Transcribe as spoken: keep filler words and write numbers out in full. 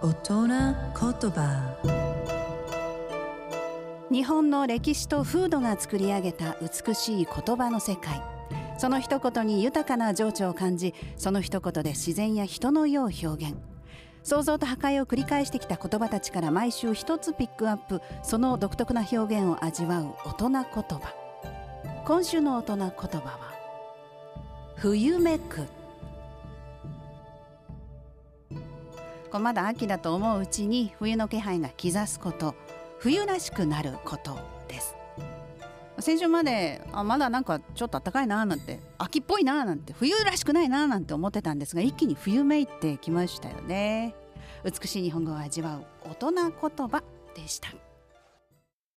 大人言葉。 日本の歴史と風土が作り上げた美しい言葉の世界。その一言に豊かな情緒を感じ、その一言で自然や人の世を表現。創造と破壊を繰り返してきた言葉たちから毎週一つピックアップ、その独特な表現を味わう大人言葉。今週の大人言葉は冬めく。こうまだ秋だと思ううちに冬の気配が兆すこと、冬らしくなることです。先週まであまだなんかちょっと暖かいななんて、秋っぽいななんて、冬らしくないななんて思ってたんですが、一気に冬めいてきましたよね。美しい日本語を味わう大人言葉でした。